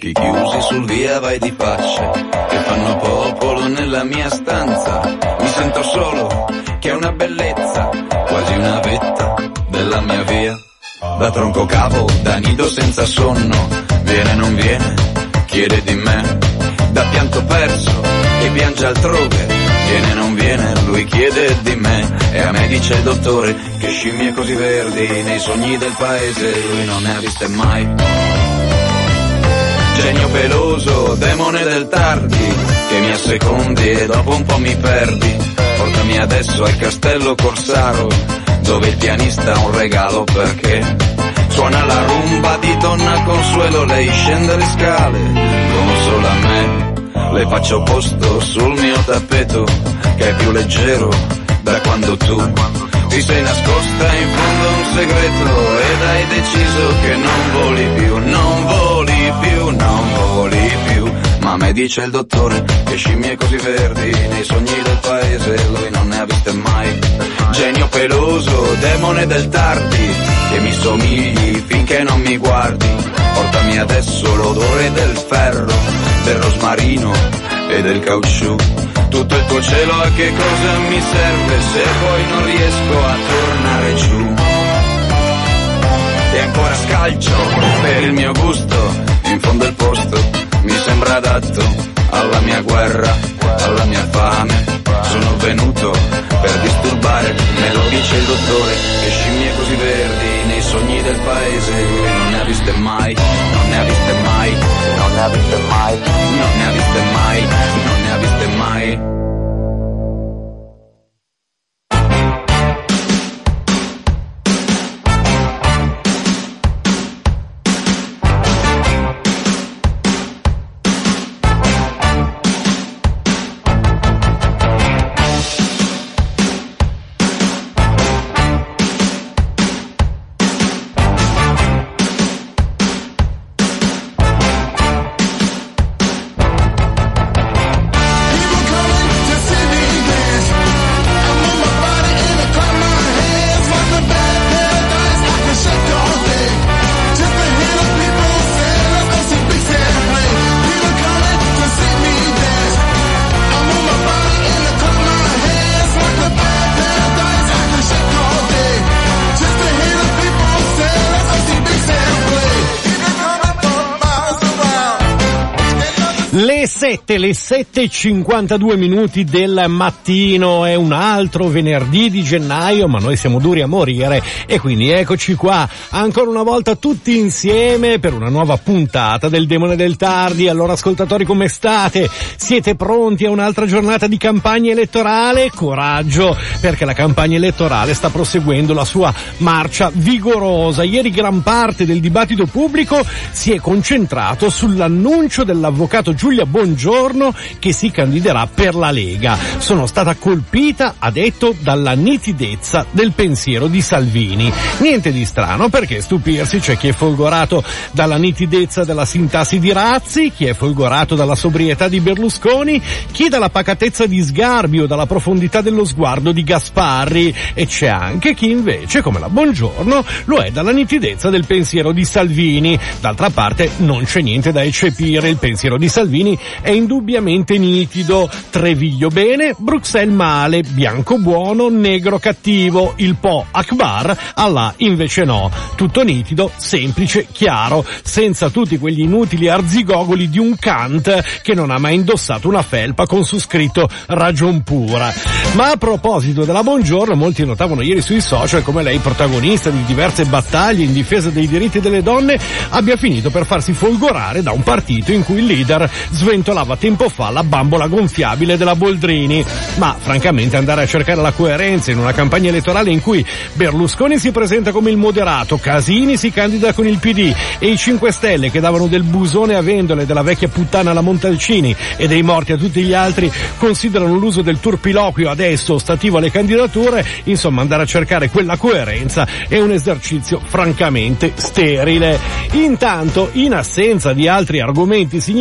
occhi chiusi sul via vai di facce che fanno popolo nella mia stanza. Mi sento solo, che è una bellezza, quasi una vetta della mia via. Da tronco capo, da nido senza sonno, viene non viene, chiede di me. Da pianto perso, che piange altrove, viene non viene, lui chiede di me. E a me dice il dottore che scimmie così verdi nei sogni del paese lui non ne ha viste mai. Genio peloso, demone del tardi, che mi assecondi e dopo un po' mi perdi. Portami adesso al castello Corsaro, dove il pianista ha un regalo perché suona la rumba di Donna Consuelo. Lei scende le scale come solo a me, le faccio posto sul mio tappeto che è più leggero da quando tu ti sei nascosta in fondo a un segreto ed hai deciso che non voli più, non voli più, non voli più. Ma a me dice il dottore che scimmie così verdi nei sogni del paese lui non ne ha viste mai. Genio peloso, demone del tardi, che mi somigli finché non mi guardi. Portami adesso l'odore del ferro, del rosmarino e del caucciù. Tutto il tuo cielo a che cosa mi serve se poi non riesco a tornare giù. E ancora scalcio per il mio gusto, in fondo il posto mi sembra adatto alla mia guerra, alla mia fame. Sono venuto per disturbare, me lo dice il dottore, che scimmie così verdi nei sogni del paese lui non ne ha viste mai, non ne ha viste mai, non ne ha viste mai, non ne ha viste mai, non ne ha viste mai. Le 7:52 del mattino, è un altro venerdì di gennaio, ma noi siamo duri a morire e quindi eccoci qua ancora una volta tutti insieme per una nuova puntata del Demone del Tardi. Allora ascoltatori, come state? Siete pronti a un'altra giornata di campagna elettorale? Coraggio, perché la campagna elettorale sta proseguendo la sua marcia vigorosa. Ieri gran parte del dibattito pubblico si è concentrato sull'annuncio dell'avvocato Giulia Bongiorno che si candiderà per la Lega. Sono stata colpita, ha detto, dalla nitidezza del pensiero di Salvini. Niente di strano, perché stupirsi, c'è chi è folgorato dalla nitidezza della sintassi di Razzi, chi è folgorato dalla sobrietà di Berlusconi, chi dalla pacatezza di Sgarbi o dalla profondità dello sguardo di Gasparri, e c'è anche chi invece, come la Bongiorno, lo è dalla nitidezza del pensiero di Salvini. D'altra parte non c'è niente da eccepire, il pensiero di Salvini è indubbiamente nitido. Treviglio bene, Bruxelles male, bianco buono, negro cattivo, il Po Akbar, Allah invece no. Tutto nitido, semplice, chiaro, senza tutti quegli inutili arzigogoli di un Kant che non ha mai indossato una felpa con su scritto ragion pura. Ma a proposito della Bongiorno, molti notavano ieri sui social come lei, protagonista di diverse battaglie in difesa dei diritti delle donne, abbia finito per farsi folgorare da un partito in cui il leader sventolava tempo fa la bambola gonfiabile della Boldrini. Ma francamente andare a cercare la coerenza in una campagna elettorale in cui Berlusconi si presenta come il moderato, Casini si candida con il PD e i 5 Stelle, che davano del busone a Vendole, della vecchia puttana alla Montalcini e dei morti a tutti gli altri, considerano l'uso del turpiloquio adesso ostativo alle candidature, insomma andare a cercare quella coerenza è un esercizio francamente sterile. Intanto, in assenza di altri argomenti significativi,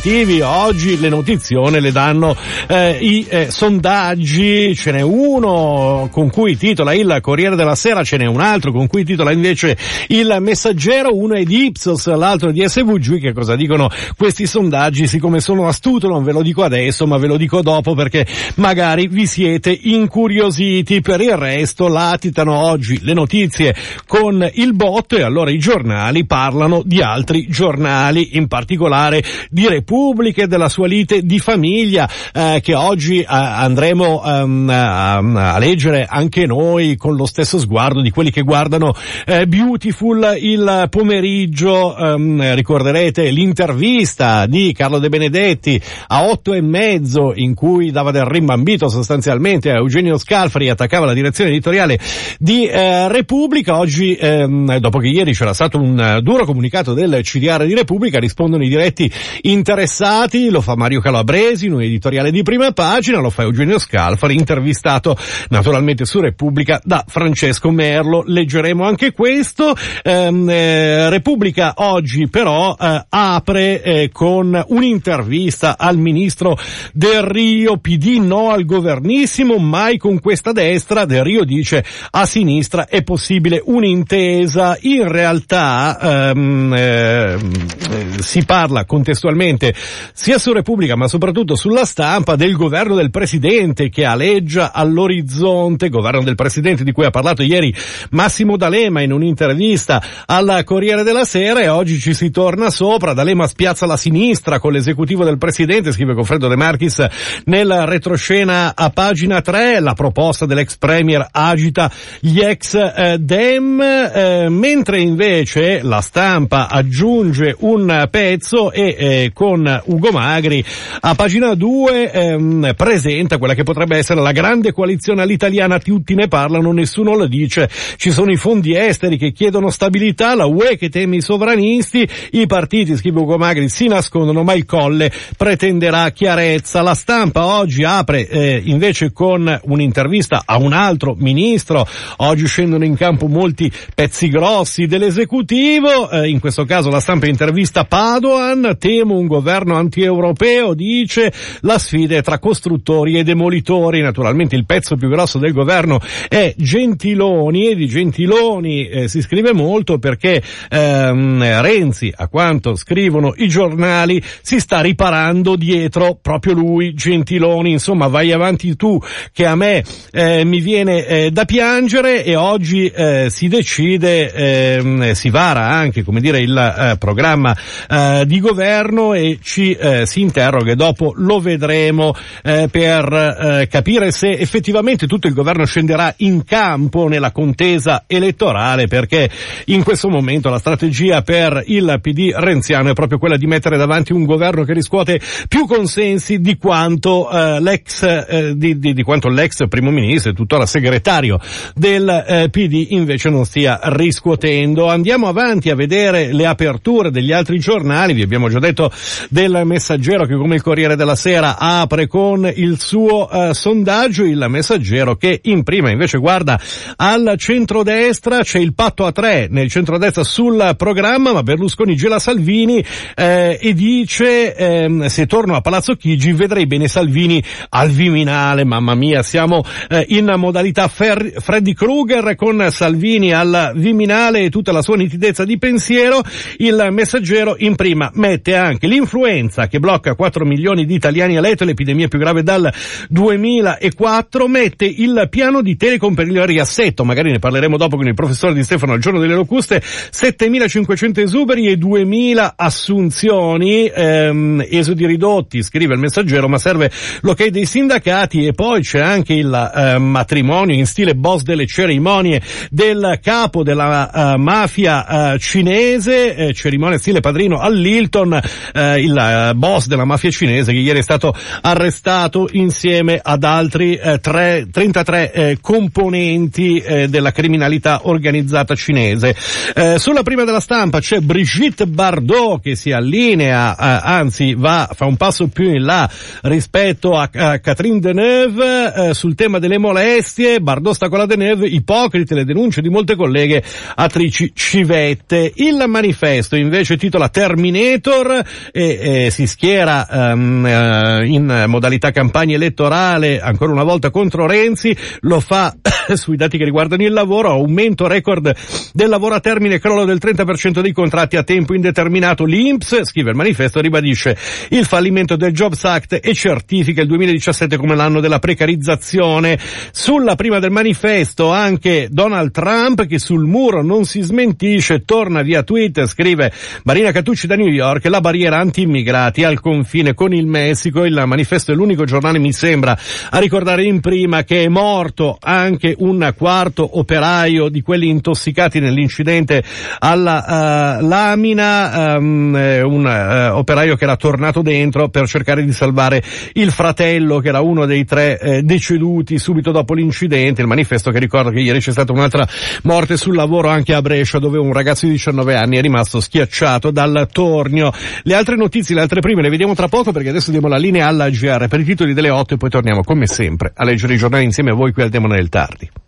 motivi oggi le notizione le danno i sondaggi. Ce n'è uno con cui titola il Corriere della Sera, ce n'è un altro con cui titola invece il Messaggero. Uno è di Ipsos, l'altro è di SVG. Che cosa dicono questi sondaggi? Siccome sono astuto non ve lo dico adesso, ma ve lo dico dopo, perché magari vi siete incuriositi. Per il resto latitano oggi le notizie con il botto, e allora i giornali parlano di altri giornali, in particolare di Repubblica e della sua lite di famiglia, che oggi andremo a leggere anche noi con lo stesso sguardo di quelli che guardano Beautiful il pomeriggio. Ricorderete l'intervista di Carlo De Benedetti a 8:30, in cui dava del rimbambito sostanzialmente a Eugenio Scalfari, attaccava la direzione editoriale di Repubblica. Oggi, dopo che ieri c'era stato un duro comunicato del CDR di Repubblica, rispondono i diretti interessati. Lo fa Mario Calabresi in un editoriale di prima pagina, lo fa Eugenio Scalfari, intervistato naturalmente su Repubblica da Francesco Merlo. Leggeremo anche questo. Repubblica oggi però apre con un'intervista al ministro Del Rio. PD no al governissimo, mai con questa destra. Del Rio dice a sinistra è possibile un'intesa. In realtà si parla contestualmente sia su Repubblica ma soprattutto sulla Stampa del governo del presidente che aleggia all'orizzonte, governo del presidente di cui ha parlato ieri Massimo D'Alema in un'intervista al Corriere della Sera, e oggi ci si torna sopra. D'Alema spiazza la sinistra con l'esecutivo del presidente, scrive Goffredo De Marchis nel retroscena a pagina 3. La proposta dell'ex premier agita gli ex Dem, mentre invece la Stampa aggiunge un pezzo e con Ugo Magri a pagina 2 presenta quella che potrebbe essere la grande coalizione all'italiana. Tutti ne parlano, nessuno lo dice. Ci sono i fondi esteri che chiedono stabilità, la UE che teme i sovranisti, i partiti, scrive Ugo Magri, si nascondono ma il Colle pretenderà chiarezza. La Stampa oggi apre invece con un'intervista a un altro ministro. Oggi scendono in campo molti pezzi grossi dell'esecutivo, in questo caso la Stampa intervista Padoan. Temo un governo anti-europeo, dice, la sfida è tra costruttori e demolitori. Naturalmente il pezzo più grosso del governo è Gentiloni, e di Gentiloni si scrive molto perché Renzi, a quanto scrivono i giornali, si sta riparando dietro proprio lui, Gentiloni. Insomma, vai avanti tu che a me mi viene da piangere. E oggi si decide, si vara anche, come dire, il programma di governo, e ci si interroga, e dopo lo vedremo, per capire se effettivamente tutto il governo scenderà in campo nella contesa elettorale, perché in questo momento la strategia per il PD renziano è proprio quella di mettere davanti un governo che riscuote più consensi di quanto di quanto l'ex primo ministro e tuttora segretario del PD invece non stia riscuotendo. Andiamo avanti a vedere le aperture degli altri giornali. Vi abbiamo già detto del Messaggero che, come il Corriere della Sera, apre con il suo sondaggio. Il Messaggero che in prima invece guarda al centrodestra. C'è il patto a tre nel centrodestra sul programma, ma Berlusconi gela Salvini e dice se torno a Palazzo Chigi vedrei bene Salvini al Viminale. Mamma mia, siamo in modalità Freddy Krueger con Salvini al Viminale e tutta la sua nitidezza di pensiero. Il Messaggero in prima mette anche l'influenza che blocca 4 milioni di italiani a letto, l'epidemia più grave dal 2004, mette il piano di Telecom per il riassetto, magari ne parleremo dopo con il professore Di Stefano al giorno delle locuste, 7.500 esuberi e 2.000 assunzioni, esodi ridotti, scrive il Messaggero, ma serve l'ok dei sindacati. E poi c'è anche il matrimonio in stile boss delle cerimonie del capo della mafia cinese, cerimonia stile padrino all'Hilton, il boss della mafia cinese che ieri è stato arrestato insieme ad altri 33 componenti della criminalità organizzata cinese. Sulla prima della Stampa c'è Brigitte Bardot che si allinea, anzi fa un passo più in là rispetto a Catherine Deneuve sul tema delle molestie. Bardot sta con la Deneuve, ipocrite le denunce di molte colleghe attrici civette. Il Manifesto invece titola Terminator e che si schiera in modalità campagna elettorale ancora una volta contro Renzi, lo fa sui dati che riguardano il lavoro, aumento record del lavoro a termine, crollo del 30% dei contratti a tempo indeterminato. L'INPS, scrive il manifesto, ribadisce il fallimento del Jobs Act e certifica il 2017 come l'anno della precarizzazione. Sulla prima del manifesto anche Donald Trump, che sul muro non si smentisce, torna via tweet, scrive Marina Catucci da New York, la barriera anti-immigrati al confine con il Messico. Il manifesto è l'unico giornale, mi sembra, a ricordare in prima che è morto anche un quarto operaio di quelli intossicati nell'incidente alla lamina, un operaio che era tornato dentro per cercare di salvare il fratello, che era uno dei 3 deceduti subito dopo l'incidente. Il manifesto che ricorda che ieri c'è stata un'altra morte sul lavoro anche a Brescia, dove un ragazzo di 19 anni è rimasto schiacciato dal tornio. Le altre notizie, le altre prime, le vediamo tra poco, perché adesso diamo la linea alla GR per i titoli delle 8 e poi torniamo come sempre a leggere i giornali insieme a voi qui al Demone del Tardi.